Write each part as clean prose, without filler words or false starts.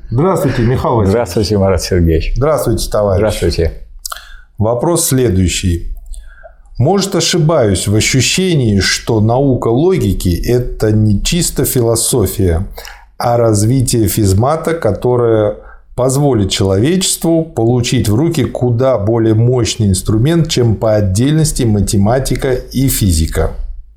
Здравствуйте, Михаил Васильевич. Здравствуйте, Марат Сергеевич. Здравствуйте, товарищ. Здравствуйте. Вопрос следующий. Может, ошибаюсь в ощущении, что наука логики – это не чисто философия, а развитие физмата, которое позволит человечеству получить в руки куда более мощный инструмент, чем по отдельности математика и физика?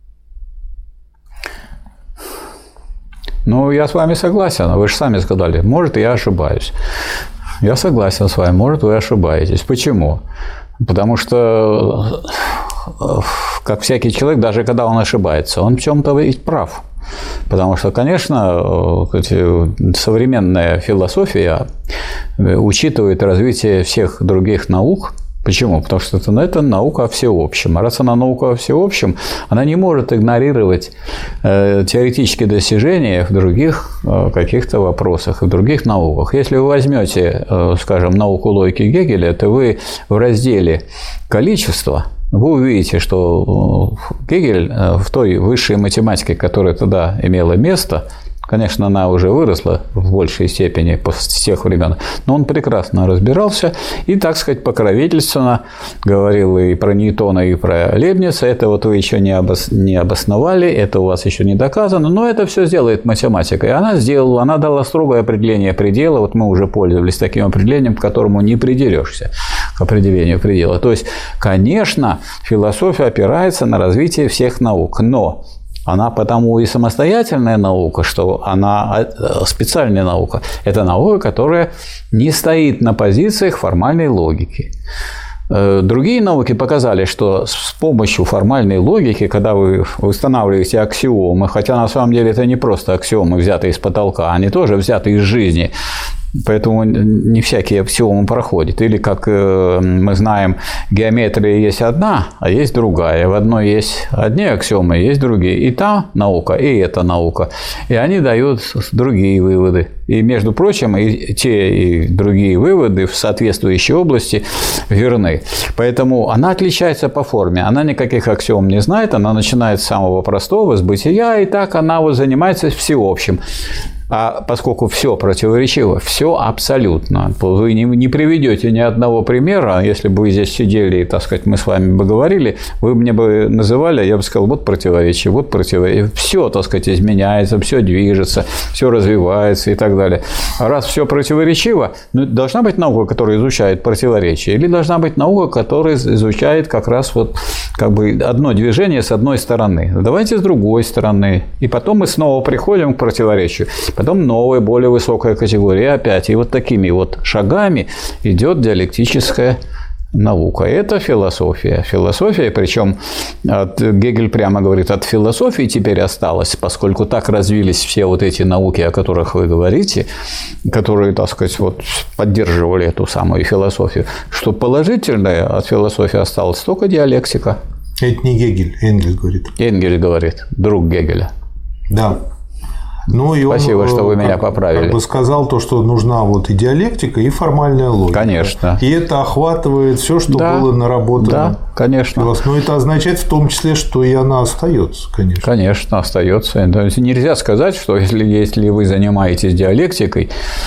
Ну, я с вами согласен. Вы же сами сказали, может, я ошибаюсь. Я согласен с вами, может, вы ошибаетесь. Почему? Потому что, как всякий человек, даже когда он ошибается, он в чем-то ведь прав. Потому что, конечно, современная философия учитывает развитие всех других наук. Почему? Потому что это наука о всеобщем. А раз она наука о всеобщем, она не может игнорировать теоретические достижения в других каких-то вопросах, в других науках. Если вы возьмете, скажем, науку логики Гегеля, то вы в разделе «Количество» вы увидите, что Гегель в той высшей математике, которая тогда имела место, конечно, она уже выросла в большей степени с тех времен, но он прекрасно разбирался и, так сказать, покровительственно говорил и про Ньютона, и про Лейбница. Это вот вы еще не обосновали, это у вас еще не доказано, но это все сделает математика. И она сделала, она дала строгое определение предела. Вот мы уже пользовались таким определением, к которому не придерешься, к определению предела. То есть, конечно, философия опирается на развитие всех наук, но она потому и самостоятельная наука, что она специальная наука. Это наука, которая не стоит на позициях формальной логики. Другие науки показали, что с помощью формальной логики, когда вы устанавливаете аксиомы, хотя на самом деле это не просто аксиомы, взятые из потолка, они тоже взяты из жизни, поэтому не всякие аксиомы проходят. Или, как мы знаем, геометрия есть одна, а есть другая. В одной есть одни аксиомы, есть другие. И та наука, и эта наука. И они дают другие выводы. И, между прочим, и те, и другие выводы в соответствующей области верны. Поэтому она отличается по форме. Она никаких аксиом не знает. Она начинает с самого простого, с бытия. И так она вот занимается всеобщим. А поскольку все противоречиво, все абсолютно, вы не приведете ни одного примера. Если бы вы здесь сидели и, так сказать, мы с вами бы говорили, вы мне бы называли, я бы сказал, вот противоречие, вот противоречие. Все, так сказать, изменяется, все движется, все развивается и так далее. А раз все противоречиво, ну, должна быть наука, которая изучает противоречия, или должна быть наука, которая изучает как раз вот как бы одно движение с одной стороны. Давайте с другой стороны. И потом мы снова приходим к противоречию. Потом новая, более высокая категория опять. И вот такими вот шагами идет диалектическая наука. Это философия. Философия, причем Гегель прямо говорит, от философии теперь осталось, поскольку так развились все вот эти науки, о которых вы говорите, которые, так сказать, вот поддерживали эту самую философию, что положительное от философии осталось только диалектика. Это не Гегель, Энгельс говорит. Энгельс говорит, друг Гегеля. Да. Ну, и спасибо, он, что вы меня поправили. Как бы сказал то, что нужна вот и диалектика, и формальная логика. Конечно. И это охватывает все, что было наработано. Да, конечно. Но это означает в том числе, что и она остается, конечно. Конечно, остается. Нельзя сказать, что если вы занимаетесь диалектикой,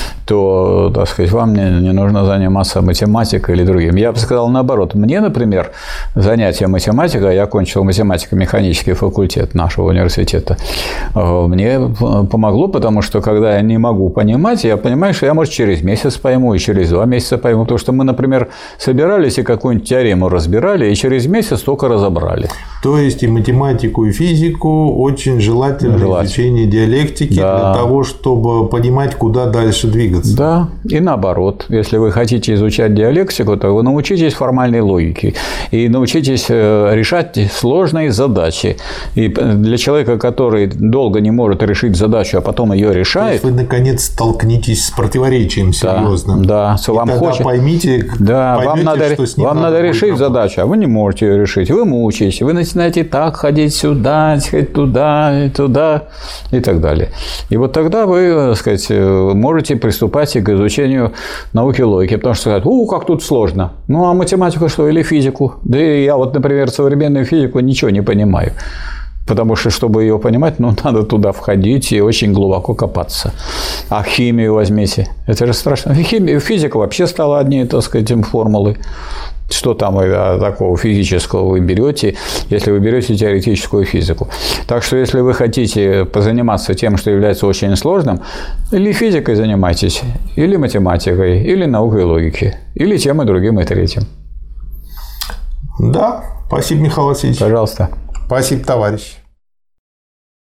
то, так сказать, вам не нужно заниматься математикой или другим. Я бы сказал наоборот. Мне, например, занятие математикой, я окончил математико-механический факультет нашего университета, мне помогло, потому что, когда я не могу понимать, я понимаю, что я, может, через месяц пойму, и через 2 месяца пойму. Потому что мы, например, собирались и какую-нибудь теорему разбирали, и через месяц только разобрали. То есть и математику, и физику очень желательно изучение диалектики для того, чтобы понимать, куда дальше двигаться. Да, и наоборот. Если вы хотите изучать диалектику, то вы научитесь формальной логике и научитесь решать сложные задачи. И для человека, который долго не может решить задачу, а потом ее решает. То есть вы наконец столкнетесь с противоречием серьезным. Да, и вам тогда поймите, что с ним вам надо решить задачу, а вы не можете ее решить. Вы мучаетесь, вы начинаете так ходить сюда, ходить туда и так далее. И вот тогда вы, так сказать, можете приступать к изучению науки логики, потому что сказать, как тут сложно. Ну, а математику что, или физику? Да и я вот, например, современную физику ничего не понимаю. Потому что, чтобы ее понимать, надо туда входить и очень глубоко копаться. А химию возьмите. Это же страшно. Физика вообще стала одни, так сказать, формулы. Что там такого физического вы берете, если вы берете теоретическую физику. Так что, если вы хотите позаниматься тем, что является очень сложным, или физикой занимайтесь, или математикой, или наукой логики, или тем и другим, и третьим. Да, спасибо, Михаил Васильевич. Пожалуйста. Спасибо, товарищ.